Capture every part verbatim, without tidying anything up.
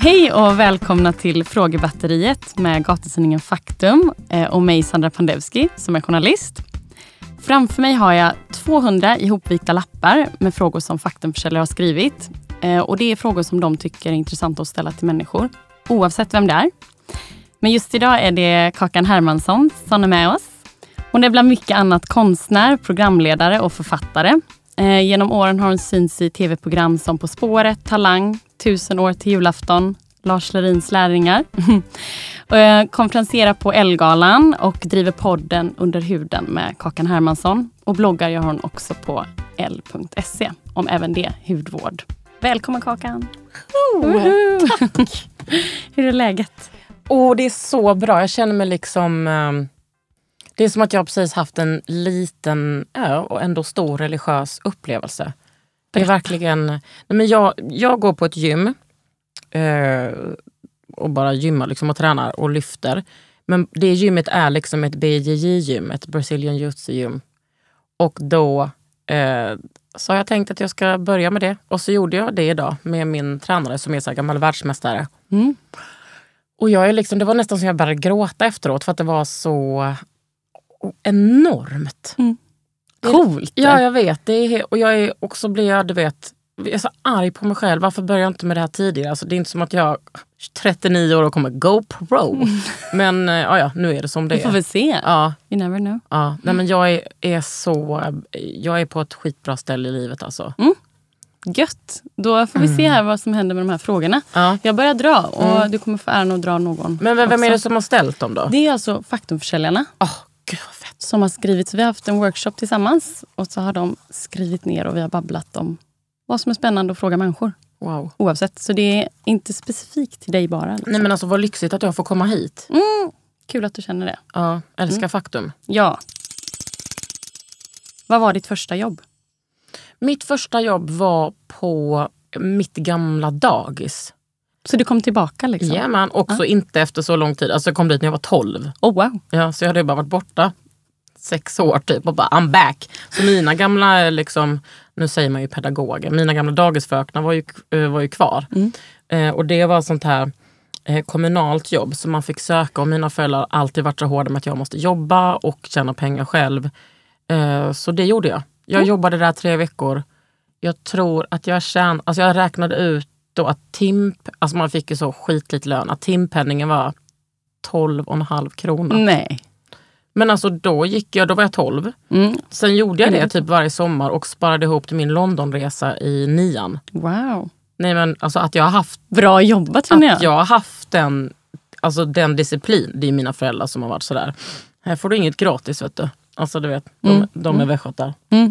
Hej och välkomna till Frågebatteriet med gatutidningen Faktum och mig Sandra Pandevski som är journalist. Framför mig har jag tvåhundra ihopvikta lappar med frågor som Faktumförsäljare har skrivit. Och det är frågor som de tycker är intressanta att ställa till människor, oavsett vem det är. Men just idag är det Kakan Hermansson som är med oss. Hon är bland mycket annat konstnär, programledare och författare. Eh, genom åren har hon synts i tv-program som På spåret, Talang, Tusen år till julafton, Lars Lerins lärlingar. eh, konferenserar på Ellegalan och driver podden Under huden med Kakan Hermansson. Och bloggar gör hon också på l punkt se om även det hudvård. Välkommen Kakan! Oh, tack! Hur är läget? Åh, oh, det är så bra. Jag känner mig liksom... Um, det är som att jag precis haft en liten ö och ändå stor religiös upplevelse. Det är verkligen... Nej, men jag, jag går på ett gym uh, och bara gymmar liksom och tränar och lyfter. Men det gymmet är liksom ett B J J-gym, ett Brazilian Jiu-Jitsu-gym. Och då uh, så har jag tänkt att jag ska börja med det. Och så gjorde jag det idag med min tränare som är så här gammal världsmästare. Mm. Och jag är liksom, det var nästan som jag började gråta efteråt för att det var så enormt. Mm. Coolt. Ja, jag vet. Det är, och jag är också blir jag, du vet, jag är så arg på mig själv. Varför börjar jag inte med det här tidigare? Alltså, det är inte som att jag är trettionio år och kommer go pro. Men ja, ja, nu är det som det är. Vi får väl se. Ja. You never know. Ja, nej, men jag är, är så, jag är på ett skitbra ställe i livet alltså. Mm. Gött. Då får vi Mm. se här vad som händer med de här frågorna. Ja. Jag börjar dra och Mm. du kommer få äran att dra någon. Men vem, vem är också. det som har ställt dem då? Det är alltså Faktumförsäljarna. Åh, oh, gud vad fett. Som har skrivit. Så vi har haft en workshop tillsammans. Och så har de skrivit ner och vi har babblat om vad som är spännande att fråga människor. Wow. Oavsett. Så det är inte specifikt till dig bara. Liksom. Nej men alltså vad lyxigt att jag får komma hit. Mm. Kul att du känner det. Ja, älskar Mm. Faktum. Ja. Vad var ditt första jobb? Mitt första jobb var på mitt gamla dagis. Så du kom tillbaka liksom? Ja, men också Ja. inte efter så lång tid. Alltså jag kom dit när jag var tolv. Oh wow. Ja, så jag hade bara varit borta sex år typ och bara I'm back. Så mina gamla liksom, nu säger man ju pedagoger, mina gamla dagisfröknar var ju, var ju kvar. Mm. Eh, och det var sånt här eh, kommunalt jobb som man fick söka och mina föräldrar har alltid varit så hårda med att jag måste jobba och tjäna pengar själv. Eh, så det gjorde jag. Jag Mm. jobbade där tre veckor. Jag tror att jag tjänade, alltså jag räknade ut då att tim, alltså man fick ju så skitlite lön, att timpenningen var tolv och en halv krona. Nej. Men alltså då gick jag, då var jag tolv. Mm. Sen gjorde jag det Mm. typ varje sommar och sparade ihop till min Londonresa i nian. Wow. Nej men alltså att jag har haft, Bra jobbat känner jag. att jag har haft den, alltså den disciplin, det är mina föräldrar som har varit sådär. Här får du inget gratis vet du. Alltså du vet, de, Mm. de är Mm. västgötar. Mm.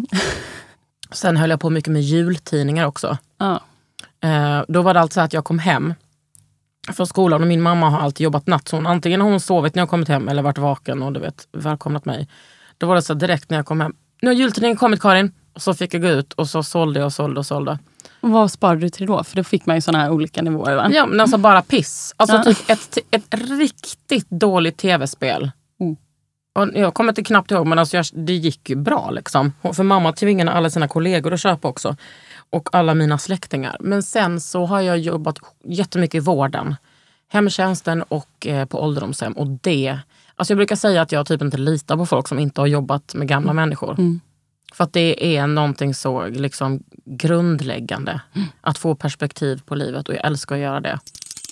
Sen höll jag på mycket med jultidningar också. Ja. Eh, då var det alltid så att jag kom hem från skolan och min mamma har alltid jobbat natt. Så hon, antingen har hon sovit när jag kommit hem eller varit vaken och du vet, välkomnat mig. Då var det så direkt när jag kom hem. Nu har jultidningen kommit Karin. Och så fick jag gå ut och så sålde jag och sålde och sålde. Och vad sparade du till då? För då fick man ju såna här olika nivåer va? Ja men alltså bara piss. Alltså Ja. typ ett, ett riktigt dåligt tv-spel. Mm. Och jag kommer inte knappt ihåg men alltså jag, det gick ju bra liksom. För mamma tvingade alla sina kollegor att köpa också. Och alla mina släktingar. Men sen så har jag jobbat jättemycket i vården. Hemtjänsten och eh, på ålderdomshem. Och det, alltså jag brukar säga att jag typ inte litar på folk som inte har jobbat med gamla mm. människor. Mm. För att det är någonting så liksom grundläggande. Mm. Att få perspektiv på livet och jag älskar att göra det.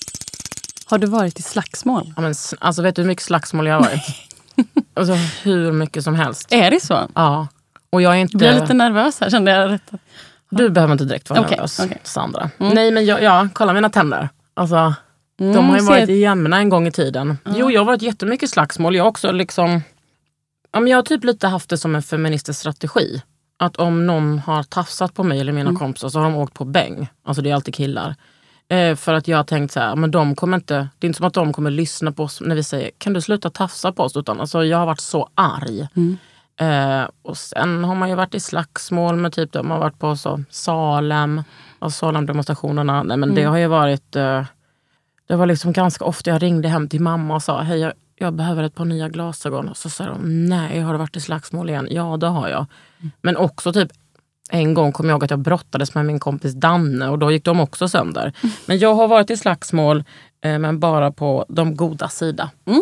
Har du varit i slagsmål? Ja, men, alltså vet du hur mycket slagsmål jag har varit? Alltså hur mycket som helst. Är det så? Ja. Och jag är inte... Jag blir lite nervös här kände jag rätt. Du behöver inte direkt vara okay, nervös, okay. Sandra. Mm. Nej men jag, ja, kolla mina tänder. Alltså, mm, de har ju varit i jämna en gång i tiden. Mm. Jo, jag har varit jättemycket slagsmål. Jag har också liksom... Ja, men jag har typ lite haft det som en feministisk strategi. Att om någon har tafsat på mig eller mina mm. kompisar så har de åkt på bäng. Alltså det är alltid killar. Eh, för att jag har tänkt så här, men de kommer inte... Det är inte som att de kommer lyssna på oss när vi säger, kan du sluta tafsa på oss? Utan alltså jag har varit så arg. Mm. Eh, och sen har man ju varit i slagsmål med typ, de har varit på så Salem och Salem-demonstrationerna. Nej men mm. det har ju varit, eh, det var liksom ganska ofta jag ringde hem till mamma och sa, hej jag, jag behöver ett par nya glasögon. Och så sa de, nej har du varit i slagsmål igen? Ja det har jag. Mm. Men också typ En gång kom jag ihåg att jag brottades med min kompis Danne och då gick de också sönder. Mm. Men jag har varit i slagsmål eh, men bara på de goda sida. Mm.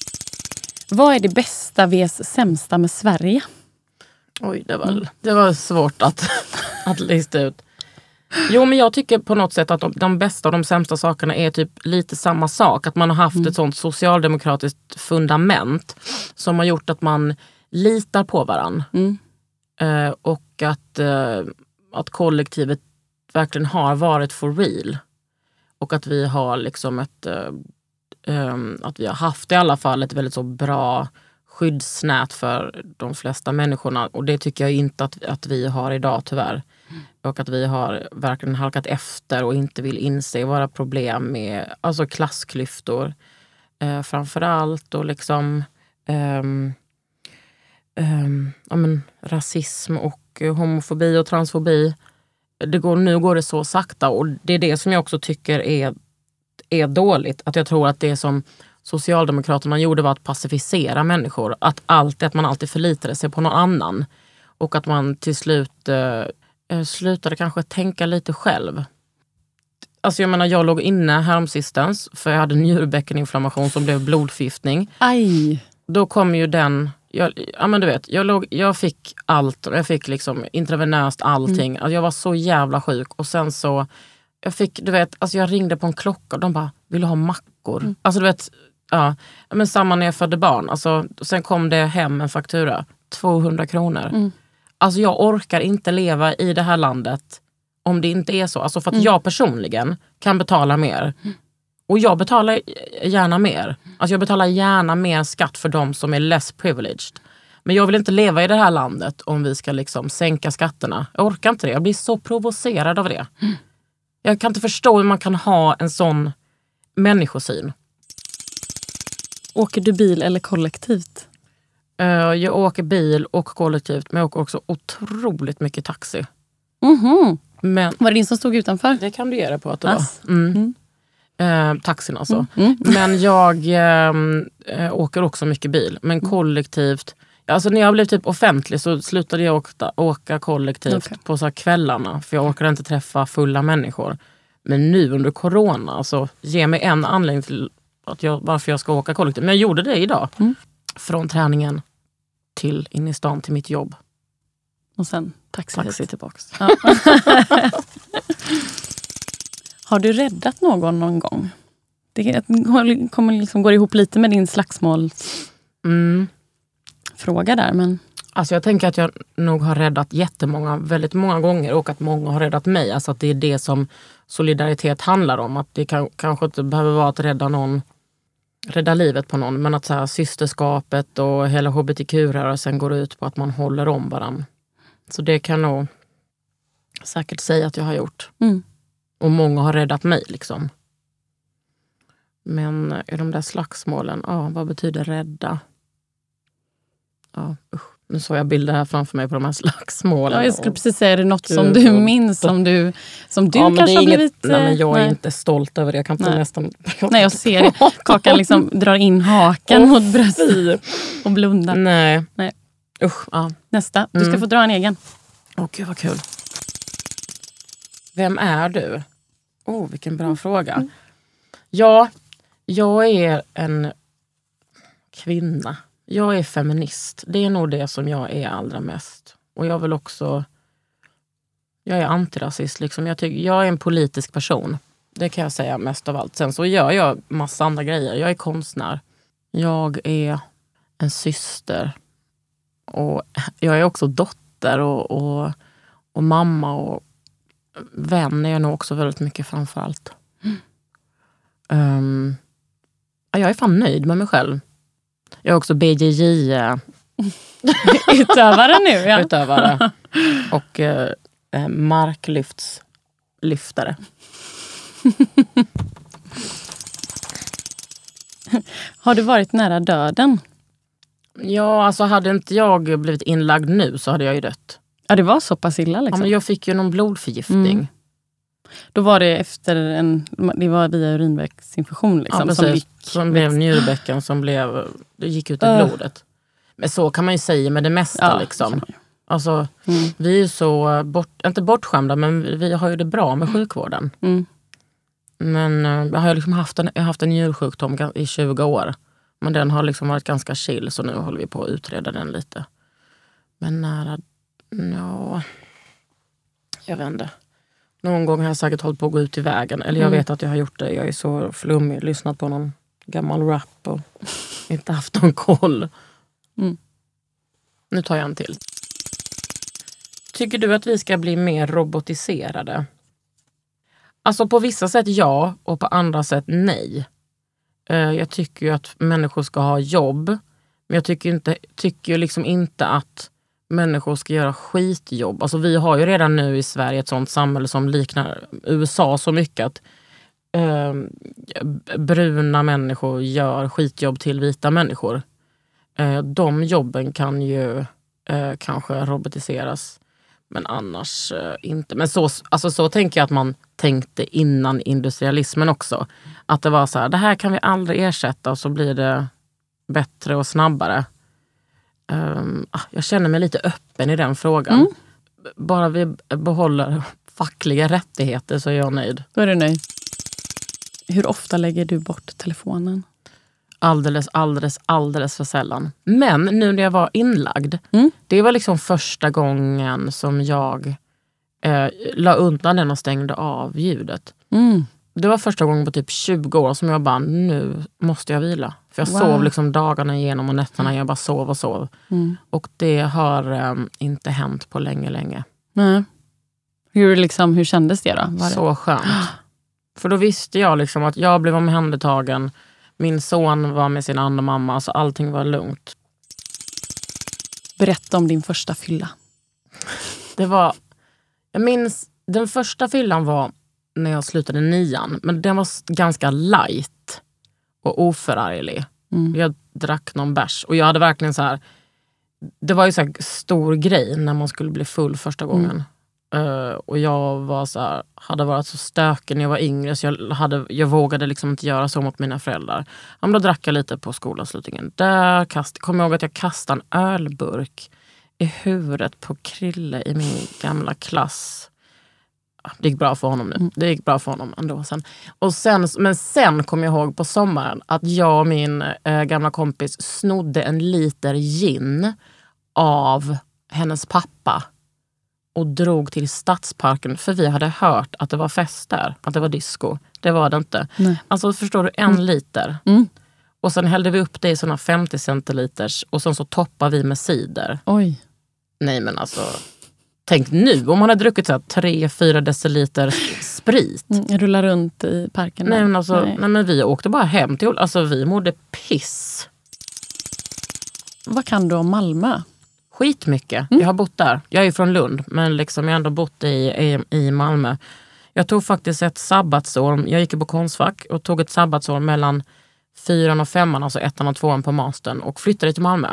Vad är det bästa vs sämsta med Sverige? Oj, det var, mm. det var svårt att, att lista ut. Jo, men jag tycker på något sätt att de, de bästa och de sämsta sakerna är typ lite samma sak. Att man har haft mm. ett sånt socialdemokratiskt fundament som har gjort att man litar på varann. Mm. Eh, och att, eh, att kollektivet verkligen har varit for real. Och att vi har liksom ett... Eh, eh, att vi har haft i alla fall ett väldigt så bra skyddsnät för de flesta människorna. Och det tycker jag inte att, att vi har idag tyvärr. Mm. Och att vi har verkligen halkat efter och inte vill inse våra problem med alltså klassklyftor. Eh, framförallt och liksom um, um, ja, men, rasism och homofobi och transfobi. Det går, nu går det så sakta och det är det som jag också tycker är, är dåligt. Att jag tror att det som Socialdemokraterna gjorde var att pacificera människor. Att, alltid, att man alltid förlitade sig på någon annan. Och att man till slut eh, slutade kanske tänka lite själv. Alltså jag menar, jag låg inne häromsistens för jag hade njurbäckeninflammation som blev blodförgiftning. Aj! Då kom ju den... Jag, ja men du vet, jag, låg, jag fick allt. Jag fick liksom intravenöst allting. Mm. Alltså jag var så jävla sjuk. Och sen så... Jag fick, du vet, alltså jag ringde på en klocka och de bara, vill du ha mackor? Mm. Alltså du vet... Ja, men samma när jag födde barn. Alltså, sen kom det hem en faktura. tvåhundra kronor. Mm. Alltså jag orkar inte leva i det här landet om det inte är så. Alltså för att mm. jag personligen kan betala mer. Mm. Och jag betalar gärna mer. Alltså jag betalar gärna mer skatt för de som är less privileged. Men jag vill inte leva i det här landet om vi ska liksom sänka skatterna. Jag orkar inte det. Jag blir så provocerad av det. Mm. Jag kan inte förstå hur man kan ha en sån människosyn. Åker du bil eller kollektivt? Uh, jag åker bil och kollektivt. Men jag åker också otroligt mycket taxi. Mm-hmm. Men, var det din som stod utanför? Det kan du ge det på att det Ass. var. Mm. Mm. Uh, taxin alltså. Mm. Mm. Men jag uh, åker också mycket bil. Men kollektivt... Alltså när jag blev typ offentlig så slutade jag åka, åka kollektivt okay. på så här kvällarna. För jag orkade inte träffa fulla människor. Men nu under corona, alltså ge mig en anledning till... Att jag, varför jag ska åka kollektivt. Men jag gjorde det idag. Mm. Från träningen till in i stan till mitt jobb. Och sen taxi, taxi tillbaks. Ja. Har du räddat någon någon gång? Det kommer liksom gå ihop lite med din slagsmålsfråga mm. där. Men... Alltså jag tänker att jag nog har räddat jättemånga, väldigt många gånger. Och att många har räddat mig. Alltså att det är det som solidaritet handlar om. Att det kan, kanske inte behöver vara att rädda någon, rädda livet på någon. Men att så här, systerskapet och hela hbtq-rörelsen går ut på att man håller om varandra. Så det kan nog säkert säga att jag har gjort. Mm. Och många har räddat mig liksom. Men i de där slagsmålen, ja, vad betyder rädda? Ja, usch. Nu såg jag bilder här framför mig på de här slagsmålen. Ja, jag skulle precis säga, är det något som du minns som du, som du ja, kanske har blivit... Nej, men jag är nej. inte stolt över det. Jag kan inte nej. nästan... Jag nej, jag ser det. Kakan liksom drar in hakan oh, mot bröstet och blundar. Nej. nej. Usch, ja. Nästa. Du ska mm. få dra en egen. Åh, oh, gud vad kul. Vem är du? Åh, oh, vilken bra mm. fråga. Mm. Ja, jag är en kvinna. Jag är feminist. Det är nog det som jag är allra mest. Och jag vill också... Jag är antirasist. Liksom. Jag, tycker, jag är en politisk person. Det kan jag säga mest av allt. Sen så gör jag massa andra grejer. Jag är konstnär. Jag är en syster. Och jag är också dotter och, och, och mamma och vän är jag nog också väldigt mycket framförallt. Mm. Um, jag är fan nöjd med mig själv. Jag är också B J J utövare nu, ja. Utövare. Och eh, marklyftslyftare. Har du varit nära döden? Ja, alltså hade inte jag blivit inlagd nu så hade jag ju dött. Ja, det var så pass illa liksom. Ja, men jag fick ju någon blodförgiftning. Mm. Då var det efter en, det var via urinvägsinfektion liksom. Ja, som, gick, som blev njurbäcken som blev, det gick ut i uh. blodet. Men så kan man ju säga med det mesta ja, liksom. Alltså, mm. vi är så, bort, inte bortskämda, men vi har ju det bra med sjukvården. Mm. Men jag har liksom haft en, jag har haft en njursjukdom i tjugo år. Men den har liksom varit ganska chill, så nu håller vi på att utreda den lite. Men nära, ja, jag vet inte. Någon gång har jag säkert hållit på att gå ut i vägen. Eller jag mm. vet att jag har gjort det. Jag är så flummig, lyssnat på någon gammal rap och inte haft någon koll. Mm. Nu tar jag en till. Tycker du att vi ska bli mer robotiserade? Alltså på vissa sätt ja, och på andra sätt nej. Jag tycker ju att människor ska ha jobb. Men jag tycker, inte, tycker liksom inte att människor ska göra skitjobb. Alltså vi har ju redan nu i Sverige ett sånt samhälle som liknar U S A så mycket att eh, bruna människor gör skitjobb till vita människor. Eh, de jobben kan ju eh, kanske robotiseras. Men annars eh, inte. Men så, alltså så tänker jag att man tänkte innan industrialismen också. Att det var så här, det här kan vi aldrig ersätta och så blir det bättre och snabbare. Um, jag känner mig lite öppen i den frågan. Mm. Bara vi behåller fackliga rättigheter så är jag nöjd. Då är du nöjd. Hur ofta lägger du bort telefonen? Alldeles, alldeles, alldeles för sällan. Men nu när jag var inlagd, mm. det var liksom första gången som jag eh, la undan den och stängde av ljudet. Mm. Det var första gången på typ tjugo år som jag bara, nu måste jag vila. För jag wow. sov liksom dagarna igenom och nätterna, jag bara sov och sov. Mm. Och det har eh, inte hänt på länge, länge. Nej. Hur, liksom, hur kändes det då? Var det? Så skönt. För då visste jag liksom att jag blev omhändertagen. Min son var med sin andra mamma, så allting var lugnt. Berätta om din första fylla. Det var, jag minns, den första fyllan var när jag slutade nian. Men den var ganska light och oförarglig. Mm. Jag drack någon bärs. Och jag hade verkligen så här, det var ju så här stor grej när man skulle bli full första gången. Mm. Uh, och jag var så här, hade varit så stökig när jag var yngre, så jag, hade, jag vågade liksom inte göra så mot mina föräldrar. Ja, men då drack jag lite på skolavslutningen. Där kast, kom jag ihåg att jag kastade en ölburk i huvudet på Krille i min gamla klass. Det gick bra för honom nu. Mm. Det gick bra för honom ändå sen. Och sen. Men sen kom jag ihåg på sommaren att jag och min äh, gamla kompis snodde en liter gin av hennes pappa. Och drog till Stadsparken. För vi hade hört att det var fest där. Att det var disco. Det var det inte. Nej. Alltså förstår du, en mm. liter. Mm. Och sen hällde vi upp det i såna femtio centiliters. Och sen så toppar vi med cider. Oj. Nej men alltså. Tänk nu om man hade druckit så här tre fyra deciliter sprit. Mm, rulla runt i parken. Nej men alltså. Nej. nej men vi åkte bara hem till. Alltså vi mådde piss. Vad kan du om Malmö? Skitmycket. Mm. Jag har bott där. Jag är från Lund, men liksom jag har ändå bott i, i, i Malmö. Jag tog faktiskt ett sabbatsår. Jag gick på Konstfack och tog ett sabbatsår mellan fyran och femman, alltså ettan och tvåan på mastern, och flyttade till Malmö.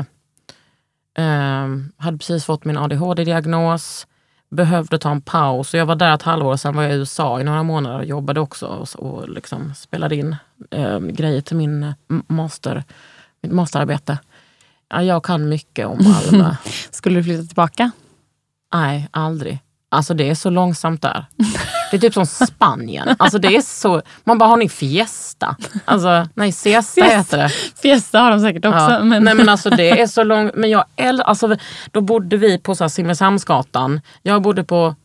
Um, hade precis fått min A D H D-diagnos. Behövde ta en paus. Och jag var där ett halvår, sen var jag i U S A i några månader och jobbade också och, och liksom spelade in um, grejer till min master, mitt masterarbete. Ja, jag kan mycket om Malmö. Skulle du flytta tillbaka? Nej, aldrig. Alltså det är så långsamt där. Det är typ som Spanien. Alltså det är så, man bara, har ni fiesta? Alltså, nej, siesta heter det. Fiesta har de säkert också. Ja. Men... Nej men alltså det är så långt. Men jag, alltså då bodde vi på så här Simrishamnsgatan. Jag bodde på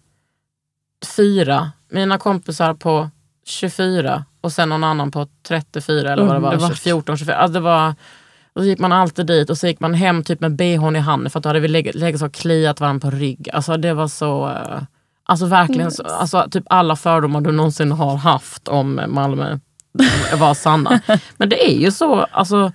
fyra. Mina kompisar på tjugofyra. Och sen någon annan på trettiofyra eller vad det var. Mm, det var... fjorton, tjugofyra. Alltså det var... Och så gick man alltid dit och så gick man hem typ med B H:n i handen, för att då hade vi legat, legat så och kliat varandra på rygg. Alltså det var så, alltså verkligen så, alltså typ alla fördomar du någonsin har haft om Malmö var sanna. Men det är ju så, alltså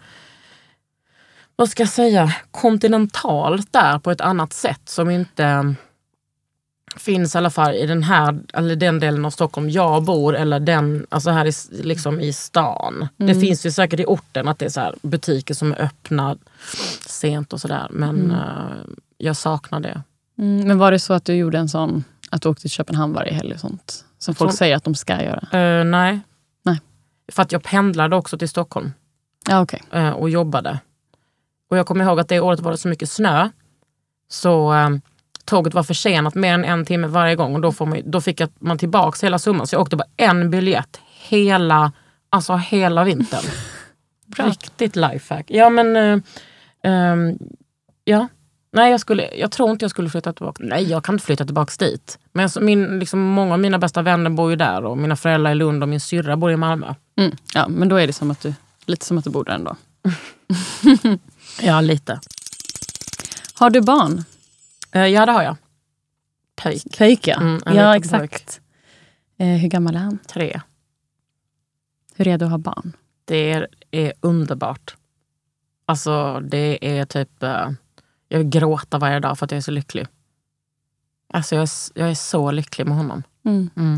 vad ska jag säga, kontinentalt där på ett annat sätt som inte finns i alla fall i den här, eller den delen av Stockholm jag bor, eller den, alltså här i, liksom i stan. Mm. Det finns ju säkert i orten att det är så här butiker som är öppna sent och sådär, men mm. uh, jag saknar det. Mm, men var det så att du gjorde en sån, att du åkte till Köpenhamn varje helg och sånt? Som folk så, säger att de ska göra? Uh, nej. Nej. För att jag pendlade också till Stockholm. Ja, okej. Okay. Uh, och jobbade. Och jag kommer ihåg att det året var det så mycket snö, så... Uh, tåget var försenat mer än en timme varje gång. Och då, får man, då fick jag, man tillbaka hela summan. Så jag åkte bara en biljett hela, alltså hela vintern. Riktigt lifehack. Ja men, uh, um, ja. Nej, jag, skulle, jag tror inte jag skulle flytta tillbaka. Nej, jag kan inte flytta tillbaka dit. Men min, liksom, många av mina bästa vänner bor ju där. Och mina föräldrar i Lund och min syrra bor i Malmö. Mm. Ja, men då är det som att du, lite som att du bor där ändå. Ja, lite. Har du barn? Uh, ja, det har jag. Pöjk. Pöjk, ja. Mm, ja, exakt. Uh, hur gammal är han? Tre. Hur är det att ha barn? Det är, är underbart. Alltså, det är typ... Uh, jag vill gråta varje dag för att jag är så lycklig. Alltså, jag är, jag är så lycklig med honom. Mm. Mm.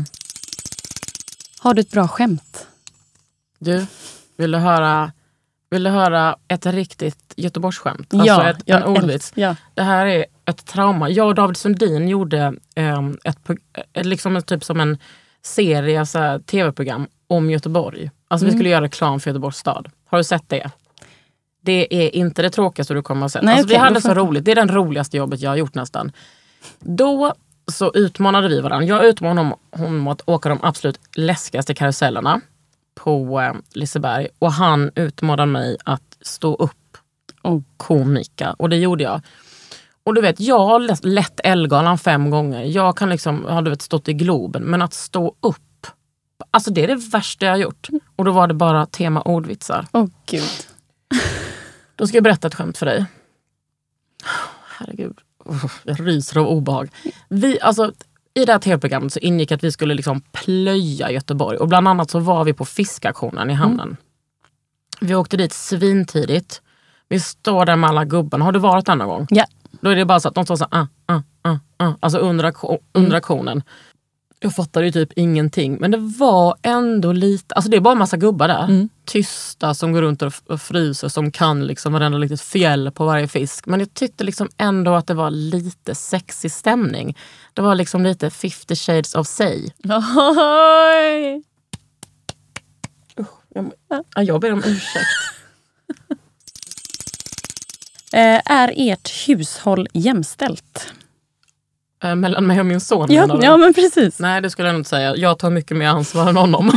Har du ett bra skämt? Du, vill du höra, vill du höra ett riktigt Göteborgsskämt? Ja, alltså ett, en ordvits. Ja. Det här är ett trauma. Jag och David Sundin gjorde um, ett, ett, liksom ett, typ som en serie, så här, tv-program om Göteborg. Alltså mm. vi skulle göra reklam för Göteborgs stad. Har du sett det? Det är inte det tråkigaste du kommer att se. Alltså, okay, vi hade så roligt. Det är den roligaste jobbet jag har gjort nästan. Då så utmanade vi varandra. Jag utmanade honom, honom att åka de absolut läskigaste karusellerna på eh, Liseberg. Och han utmanade mig att stå upp och komika. Och det gjorde jag. Och du vet, jag har läst, lett Ellegalan fem gånger. Jag kan liksom, har du vet, stått i Globen. Men att stå upp, alltså det är det värsta jag har gjort. Och då var det bara tema ordvitsar. Åh oh, gud. Då ska jag berätta ett skämt för dig. Herregud. Jag ryser av obehag. Vi, alltså, i det här tv-programmet så ingick att vi skulle liksom plöja Göteborg. Och bland annat så var vi på fiskaktionen i hamnen. Mm. Vi åkte dit svintidigt. Vi står där med alla gubbarna. Har du varit där någon gång? Ja. Då är det bara så att de står så här, ah, ah, ah, ah. Alltså under, aktion, under aktionen. Jag fattade ju typ ingenting. Men det var ändå lite... Alltså det är bara en massa gubbar där. Mm. Tysta som går runt och fryser. Som kan liksom varenda litet fjäll på varje fisk. Men jag tyckte liksom ändå att det var lite sexig stämning. Det var liksom lite fifty shades of Say. Oj! Uh, jag, ja, jag ber om ursäkt. eh, är ert hushåll jämställt? Äh, mellan mig och min son. Ja, ja, men precis. Nej, det skulle jag inte säga. Jag tar mycket mer ansvar än honom.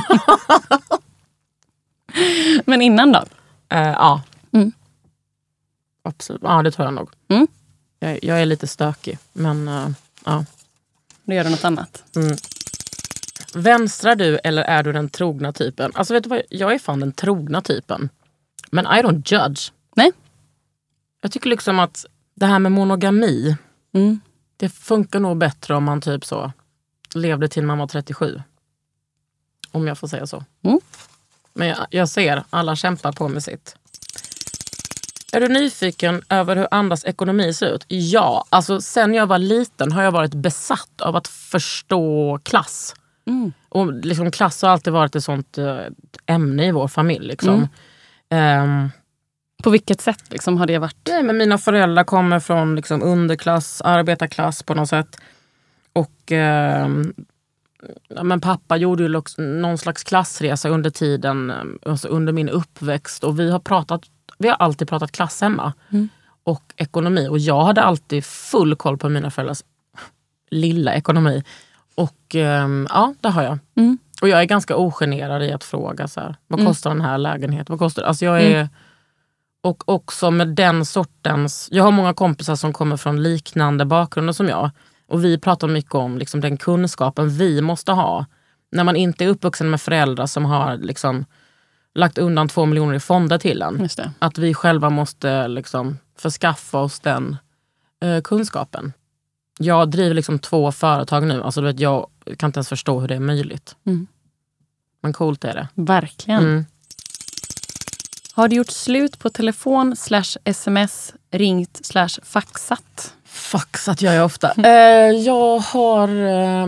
Men innan då? Äh, ja. Mm. Absolut. Ja, det tror jag nog. Mm. Jag, jag är lite stökig, men äh, ja. Då gör du något annat. Mm. Vänstrar du eller är du den trogna typen? Alltså vet du vad? Jag är fan den trogna typen. Men I don't judge. Nej. Jag tycker liksom att det här med monogami... Mm. Det funkar nog bättre om man typ så levde till man var trettiosju. Om jag får säga så. Mm. Men jag, jag ser, alla kämpar på med sitt. Är du nyfiken över hur andras ekonomi ser ut? Ja, alltså sen jag var liten har jag varit besatt av att förstå klass. Mm. Och liksom klass har alltid varit ett sånt äh, ämne i vår familj liksom. Mm. Um, På vilket sätt liksom har det varit? Nej, men mina föräldrar kommer från liksom underklass, arbetarklass på något sätt. Och eh, ja, men pappa gjorde ju någon slags klassresa under tiden, alltså under min uppväxt. Och vi har pratat, vi har alltid pratat klass hemma. Mm. Och ekonomi. Och jag hade alltid full koll på mina föräldrars lilla ekonomi. Och eh, ja, det har jag. Mm. Och jag är ganska ogenerad i att fråga så här, vad kostar mm. den här lägenheten? Vad kostar, alltså jag är... Mm. Och också med den sortens... Jag har många kompisar som kommer från liknande bakgrunder som jag. Och vi pratar mycket om liksom, den kunskapen vi måste ha. När man inte är uppvuxen med föräldrar som har liksom, lagt undan två miljoner i fonder till en. Just det. Att vi själva måste liksom, förskaffa oss den eh, kunskapen. Jag driver liksom två företag nu. Alltså, du vet, jag kan inte ens förstå hur det är möjligt. Mm. Men coolt är det. Verkligen. Mm. Har du gjort slut på telefon slash sms, ringt slash faxat? Faxat gör jag ofta. Eh, jag har eh,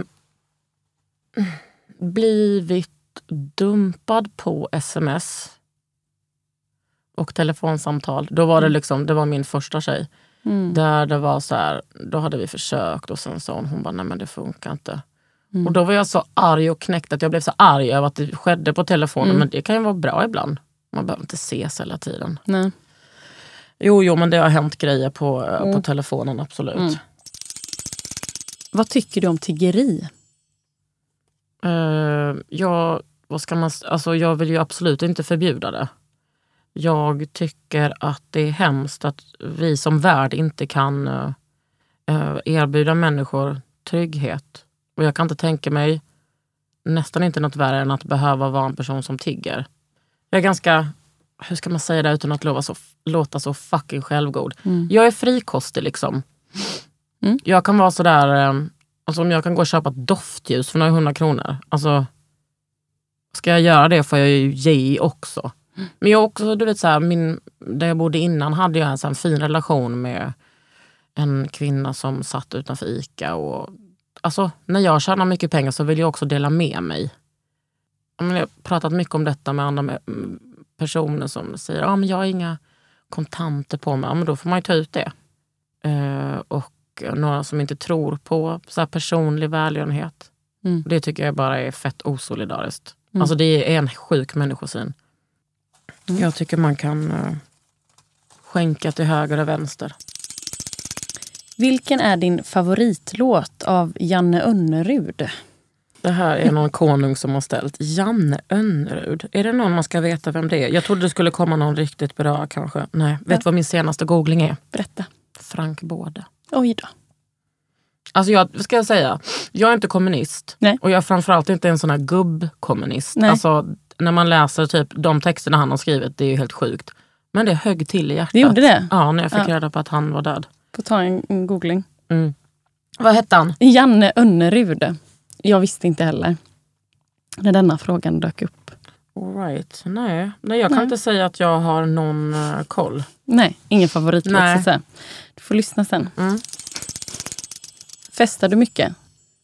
blivit dumpad på sms och telefonsamtal. Då var det liksom, det var min första tjej. Mm. Där det var så här, då hade vi försökt och sen sa hon, hon bara, nej men det funkar inte. Mm. Och då var jag så arg och knäckt att jag blev så arg över att det skedde på telefonen. Mm. Men det kan ju vara bra ibland. Man behöver inte ses hela tiden. Nej. Jo, jo, men det har hänt grejer på, mm. på telefonen, absolut. Mm. Vad tycker du om tiggeri? Uh, jag, vad ska man, alltså jag vill ju absolut inte förbjuda det. Jag tycker att det är hemskt att vi som värld inte kan uh, erbjuda människor trygghet. Och jag kan inte tänka mig nästan inte något värre än att behöva vara en person som tigger. Jag är ganska, hur ska man säga det utan att låta så, låta så fucking självgod. Mm. Jag är frikostig liksom. Mm. Jag kan vara sådär, um, alltså om jag kan gå och köpa ett doftljus för några hundra kronor. Alltså, ska jag göra det får jag ju ge också. Mm. Men jag också, du vet så här, min, där jag bodde innan hade jag en sån fin relation med en kvinna som satt utanför ICA. Och, alltså, när jag tjänar mycket pengar så vill jag också dela med mig. Jag har pratat mycket om detta med andra personer som säger ja, men jag har inga kontanter på mig. Ja, men då får man ju ta ut det. Uh, och några som inte tror på så här personlig välgörenhet. Mm. Det tycker jag bara är fett osolidariskt. Mm. Alltså det är en sjuk människosyn. Mm. Jag tycker man kan uh, skänka till höger och vänster. Vilken är din favoritlåt av Janne Önnerud? Det här är någon konung som har ställt. Janne Önnerud. Är det någon man ska veta vem det är? Jag trodde det skulle komma någon riktigt bra kanske. Nej, vet ja. Vad min senaste googling är? Berätta. Frank Både. Oj då. Alltså jag ska jag säga, jag är inte kommunist. Nej. Och jag är framförallt inte en sån här gubbkommunist. Nej. Alltså när man läser typ de texterna han har skrivit, det är ju helt sjukt. Men det högg till i hjärtat. Det gjorde det? Ja, när jag fick ja. reda på att han var död. Får ta en, en googling. Mm. Vad hette han? Janne Önnerud. Jag visste inte heller när denna frågan dök upp. All right. Nej. Nej, jag kan Nej. inte säga att jag har någon uh, koll. Nej, ingen favoritlåt. Nej. Du får lyssna sen. Mm. Festar du mycket?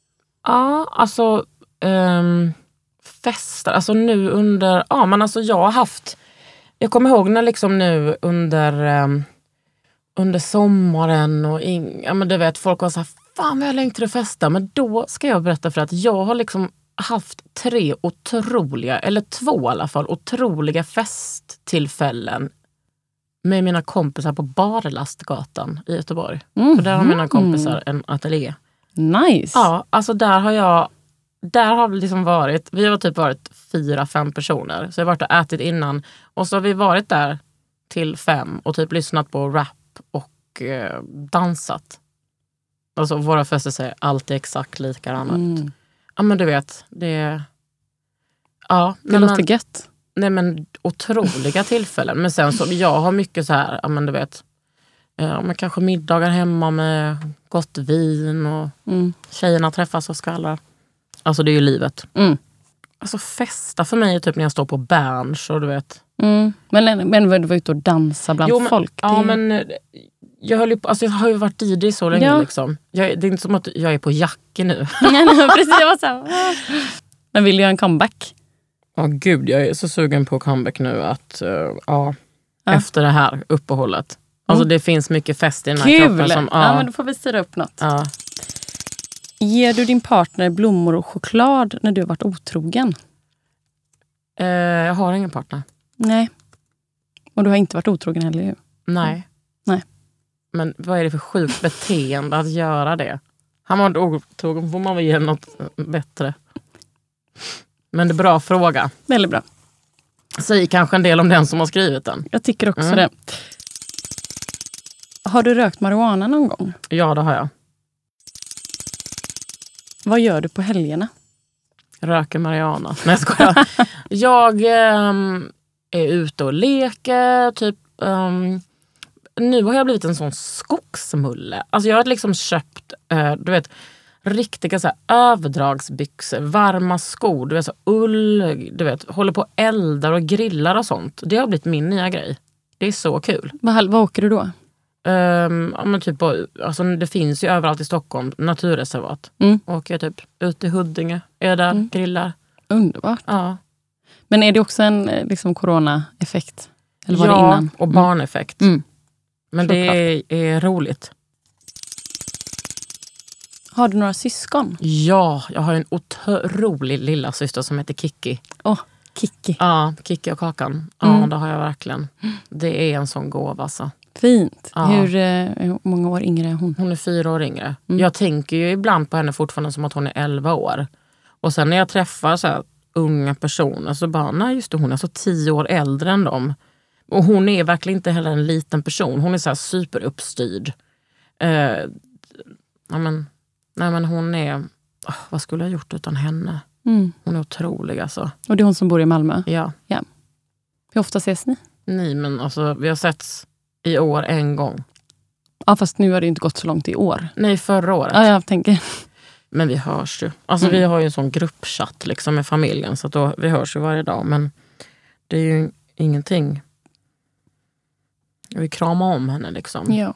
Ja, alltså um, festar. Alltså nu under... Ja, men alltså jag har haft... Jag kommer ihåg när liksom nu under... Um, under sommaren och... In, ja, men du vet, folk var så här... Fan vad jag längtar att festa. Men då ska jag berätta för att jag har liksom haft tre otroliga, eller två i alla fall, otroliga festtillfällen med mina kompisar på Barlastgatan i Göteborg. Mm. För där har mina kompisar en ateljé. Nice. Ja, alltså där har jag, där har vi liksom varit, vi har typ varit fyra, fem personer. Så jag har varit och ätit innan. Och så har vi varit där till fem och typ lyssnat på rap och eh, dansat. Alltså våra fester säger alltid exakt likadant. Mm. Ja men du vet, det ja, det låter man, gött. Nej men otroliga tillfällen. Men sen så, jag har mycket så här, ja men du vet, ja, men kanske middagar hemma med gott vin och mm. tjejerna träffas och skvallrar. Alltså det är ju livet. Mm. Alltså festa för mig är typ när jag står på Berns och du vet. Mm. Men, men du var ute och dansa bland jo, men, folk. Ja det... men jag, höll ju, alltså, jag har ju varit D J så länge ja. liksom. Jag, det är inte som att jag är på Jacke nu. Nej, nej, precis, jag var så här. Men vill du göra en comeback? Ja oh, gud, jag är så sugen på comeback nu att uh, ja, ja, efter det här uppehållet. Alltså mm. det finns mycket fest i den här Kul. kroppen. Som, ja. ja, men då får vi styra upp något. Ja. Ger du din partner blommor och choklad när du har varit otrogen? Uh, jag har ingen partner. Nej. Och du har inte varit otrogen heller ju? Nej. Mm. Nej. Men vad är det för sjukt beteende att göra det? Han var otrogen, får man väl ge något bättre. Men det är bra fråga. Väldigt bra. Säg kanske en del om den som har skrivit den. Jag tycker också mm. det. Har du rökt marijuana någon gång? Ja, det har jag. Vad gör du på helgerna? Röker marijuana. Nej, jag skojar. Jag ähm, är ute och leker. Typ, ähm, nu har jag blivit en sån skogsmulle. Alltså jag har liksom köpt, äh, du vet, riktiga så här, överdragsbyxor, varma skor, du vet, så ull, du vet, håller på eldar och grillar och sånt. Det har blivit min nya grej. Det är så kul. Vad, vad åker du då? Um, ja, men typ, alltså, det finns ju överallt i Stockholm naturreservat. Mm. Åker jag typ ut i Huddinge, är där, mm. grillar. Underbart. Ja. Men är det också en liksom, corona-effekt? Eller var ja, det innan? och barneffekt. Mm. Men det är, är roligt. Har du några syskon? Ja, jag har en otrolig lilla syster som heter Kiki. Åh, oh, Kiki. Ja, Kiki och Kakan. Ja, mm. det har jag verkligen. Det är en sån gåva alltså. Fint. Ja. Hur, hur många år yngre är hon? Hon är fyra år yngre. Mm. Jag tänker ju ibland på henne fortfarande som att hon är elva år. Och sen när jag träffar så här unga personer så bara, nej just det, hon är så tio år äldre än dem. Och hon är verkligen inte heller en liten person. Hon är så här superuppstyrd. Eh, ja, men, nej men hon är, oh, vad skulle jag gjort utan henne? Mm. Hon är otrolig alltså. Och det är hon som bor i Malmö? Ja. ja. Hur ofta ses ni? Nej men alltså vi har setts i år en gång. Ja fast nu har det inte gått så långt i år. Nej förra året. Ja jag tänker. Men vi hörs ju. Alltså mm. vi har ju en sån gruppchatt liksom med familjen så att då, vi hörs ju varje dag. Men det är ju ingenting. Vi kramar om henne liksom. Ja.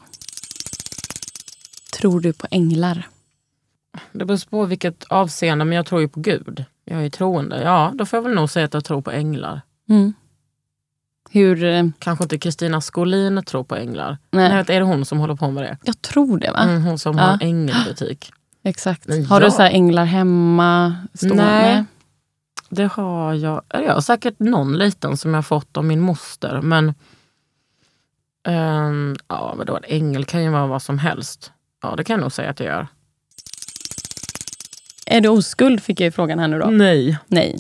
Tror du på änglar? Det beror på vilket avseende, men jag tror ju på Gud. Jag är troende. Ja, då får jag väl nog säga att jag tror på änglar. Mm. Hur... Eh... Kanske inte Kristina Skolin tror på änglar. Nej. Nej, är det hon som håller på med det? Jag tror det va? Mm, hon som ja. har en ängelbutik. Exakt. Men har ja. du så här änglar hemma? Stående? Nej, det har jag. Jag har säkert någon liten som jag har fått av min moster. Men um, ja, men då en ängel kan ju vara vad som helst. Ja, det kan jag nog säga att jag gör. Är du oskuld fick jag ju frågan här nu då. Nej. Nej.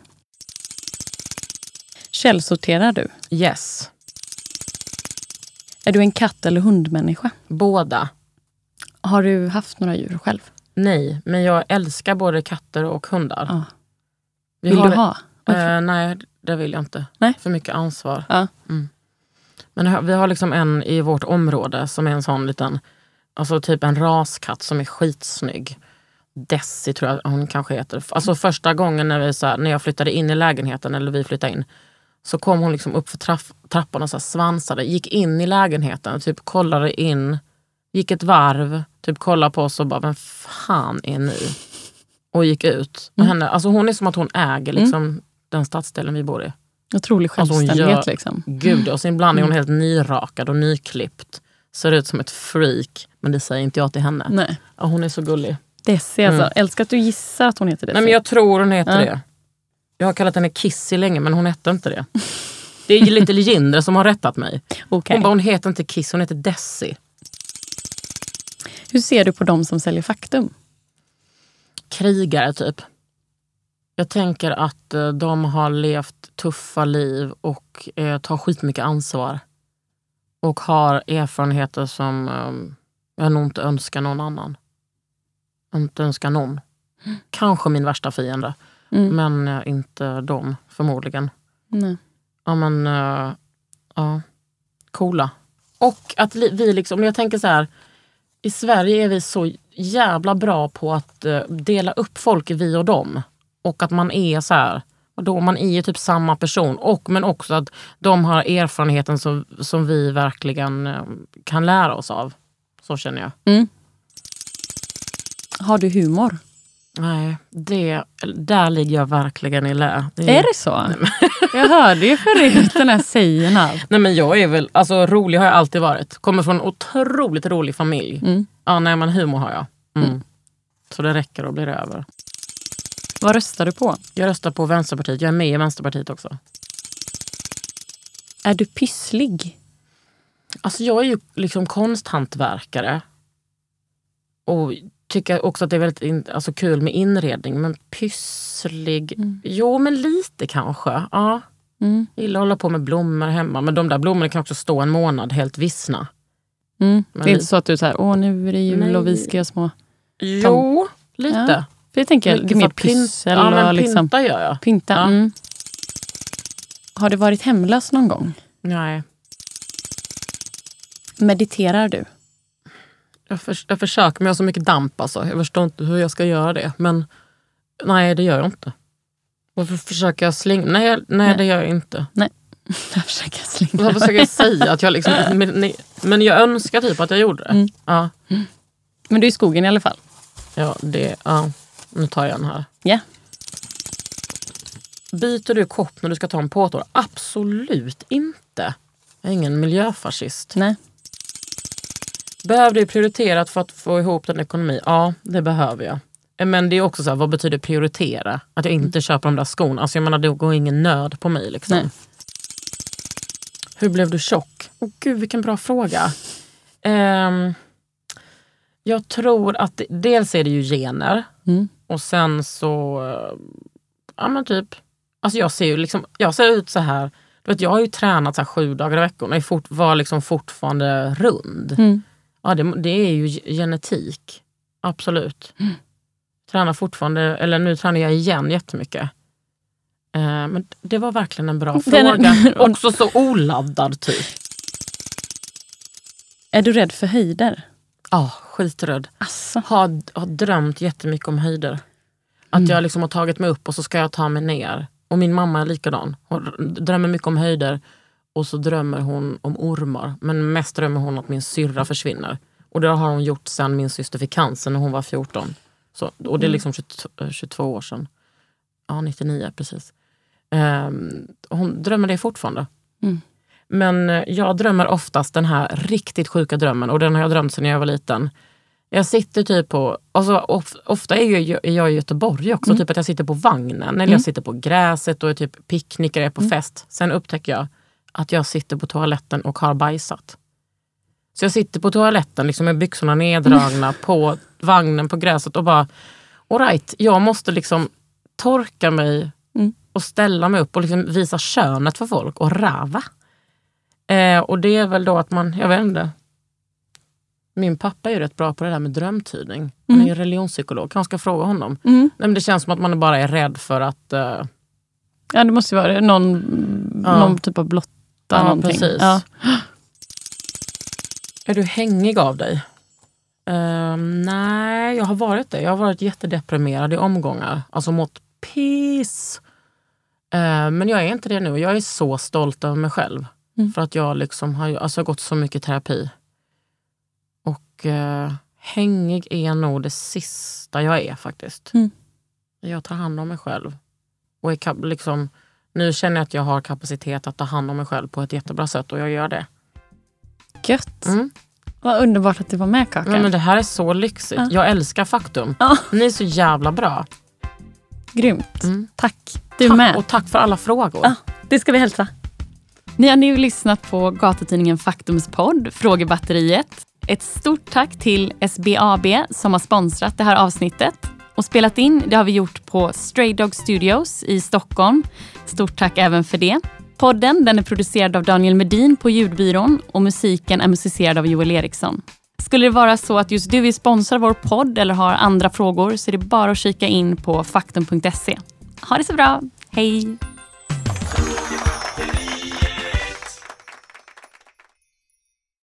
Källsorterar du? Yes. Är du en katt- eller hundmänniska? Båda. Har du haft några djur själv? Nej, men jag älskar både katter och hundar. Ja. Vi Vill har, du ha? Eh, nej, det vill jag inte. Nej. För mycket ansvar. Ja. Mm. Men vi har liksom en i vårt område som är en sån liten, alltså typ en raskatt som är skitsnygg. Desi tror jag hon kanske heter. Alltså första gången när, vi, så här, när jag flyttade in i lägenheten, eller vi flyttade in, så kom hon liksom upp för traff, trapporna och så här svansade. Gick in i lägenheten, typ kollade in, gick ett varv, typ kollade på oss och bara, vem fan är ni? Och gick ut. Och henne, alltså hon är som att hon äger liksom mm. den stadsdelen vi bor i. Otrolig självständighet alltså gör, liksom. Gud, och sen ibland är hon helt nyrakad och nyklippt. Ser ut som ett freak, men det säger inte jag till henne. Nej. Ja, hon är så gullig. Desi alltså. Mm. Älskar att du gissar att hon heter Desi. Nej, men jag tror hon heter ja. det. Jag har kallat henne Kissy länge, men hon hette inte det. Det är lite Lindre som har rättat mig. Okay. Hon bara, hon heter inte Kiss, hon heter Desi. Hur ser du på dem som säljer Faktum? Krigare typ. Jag tänker att eh, de har levt tuffa liv och eh, tar skitmycket ansvar. Och har erfarenheter som eh, jag nog inte önskar någon annan. Inte önskar någon. Mm. Kanske min värsta fiende. Mm. Men eh, inte dem, förmodligen. Nej. Ja, men... Eh, ja. Coola. Och att li- vi liksom, jag tänker så här... I Sverige är vi så jävla bra på att eh, dela upp folk i vi och dem. Och att man är så här... Och då man är typ samma person. Och, men också att de har erfarenheten som, som vi verkligen eh, kan lära oss av. Så känner jag. Mm. Har du humor? Nej, det, där ligger jag verkligen i lä. Det är... är det så? Jag hörde ju förut den här sägen här. Nej, men jag är väl, alltså rolig har jag alltid varit. Kommer från en otroligt rolig familj. Mm. Ja, nej men humor har jag. Mm. Mm. Så det räcker och blir över. Vad röstar du på? Jag röstar på Vänsterpartiet. Jag är med i Vänsterpartiet också. Är du pysslig? Alltså jag är ju liksom konsthantverkare. Och tycker också att det är väldigt in, alltså kul med inredning. Men pysslig... Mm. Jo, men lite kanske. Ja. Mm. Jag gillar att hålla på med blommor hemma. Men de där blommorna kan också stå en månad helt vissna. Mm. Det är inte så att du säger, åh nu är det jul Nej. och vi ska göra små... Jo, lite. Ja. För jag tänker, det är mer pyssel ja, men och liksom... Pynta gör jag. Pynta, ja. mm. Har du varit hemlös någon gång? Nej. Mediterar du? Jag, för, jag försöker, men jag har så mycket damp alltså. Jag förstår inte hur jag ska göra det. Men nej, det gör jag inte. Varför försöker jag slinga? Nej, nej, nej, det gör jag inte. Nej, jag försöker slinga. Varför försöker jag säga att jag liksom... Men, nej, men jag önskar typ att jag gjorde det. Mm. Ja. Mm. Men du är i skogen i alla fall? Ja, det... Ja. Nu tar jag den här. Ja. Yeah. Byter du kopp när du ska ta en påtår? Absolut inte. Jag är ingen miljöfascist. Nej. Behöver du prioritera för att få ihop den ekonomi? Ja, det behöver jag. Men det är också så här, vad betyder prioritera? Att jag inte mm. köper de där skorna. Alltså jag menar, det går ingen nöd på mig liksom. Nej. Hur blev du tjock? Åh gud, vilken bra fråga. Um, jag tror att det, dels är det ju gener. Mm. Och sen så... Ja men typ... Alltså jag ser ju liksom... Jag ser ut så här... Du vet, jag har ju tränat så här sju dagar i veckan. Och jag fort, var liksom fortfarande rund. Mm. Ja, det, det är ju genetik. Absolut. Mm. Tränar fortfarande... Eller nu tränar jag igen jättemycket. Uh, men det var verkligen en bra fråga. Också så oladdad typ. Är du rädd för höjder? Ja, oh, skiträdd. Asså. Har, har drömt jättemycket om höjder. Att mm. jag liksom har tagit mig upp och så ska jag ta mig ner. Och min mamma är likadan. Hon drömmer mycket om höjder. Och så drömmer hon om ormar. Men mest drömmer hon att min syrra försvinner. Och det har hon gjort sedan min syster fick cancer när hon var fjorton. Så, och det är liksom tjugotvå år sedan. Ja, nittionio precis. Um, hon drömmer det fortfarande. Mm. Men jag drömmer oftast den här riktigt sjuka drömmen. Och den har jag drömt sedan jag var liten. Jag sitter typ på... Alltså, of, ofta är jag, är jag i Göteborg också. Mm. Typ att jag sitter på vagnen. Eller mm. jag sitter på gräset och är typ picknickar är på mm. fest. Sen upptäcker jag att jag sitter på toaletten och har bajsat. Så jag sitter på toaletten liksom med byxorna neddragna mm. på vagnen på gräset. Och bara, all right, jag måste liksom torka mig mm. och ställa mig upp och liksom visa könet för folk och rava. Eh, och det är väl då att man, jag vet inte. Min pappa är ju rätt bra på det där med drömtydning. Han är ju religionspsykolog. Kanske ska fråga honom. Mm. Nej, men det känns som att man bara är rädd för att... Uh... Ja, det måste ju vara det. Någon, ja. någon typ av blotta ja, någonting. Precis. Ja, precis. Är du hängig av dig? Uh, nej, jag har varit det. Jag har varit jättedeprimerad i omgångar. Alltså mått piss. Uh, men jag är inte det nu. Jag är så stolt över mig själv. Mm. För att jag liksom har alltså, gått så mycket terapi. Och uh, hängig är nog det sista jag är faktiskt. Mm. Jag tar hand om mig själv. Och är, liksom, nu känner jag att jag har kapacitet att ta hand om mig själv på ett jättebra sätt. Och jag gör det. Gött. Mm. Vad underbart att du var med, Kakan. Ja, men det här är så lyxigt. Ja. Jag älskar Faktum. Ja. Ni är så jävla bra. Grymt. Mm. Tack. Du tack, med. Och tack för alla frågor. Ja, det ska vi hälsa. Ni har nu lyssnat på gatutidningen Faktums podd, Frågebatteriet. Ett stort tack till S B A B som har sponsrat det här avsnittet. Och spelat in, det har vi gjort på Stray Dog Studios i Stockholm. Stort tack även för det. Podden den är producerad av Daniel Medin på Ljudbyrån och musiken är musicerad av Joel Eriksson. Skulle det vara så att just du vill sponsra vår podd eller har andra frågor så är det bara att kika in på faktum punkt se. Ha det så bra, hej!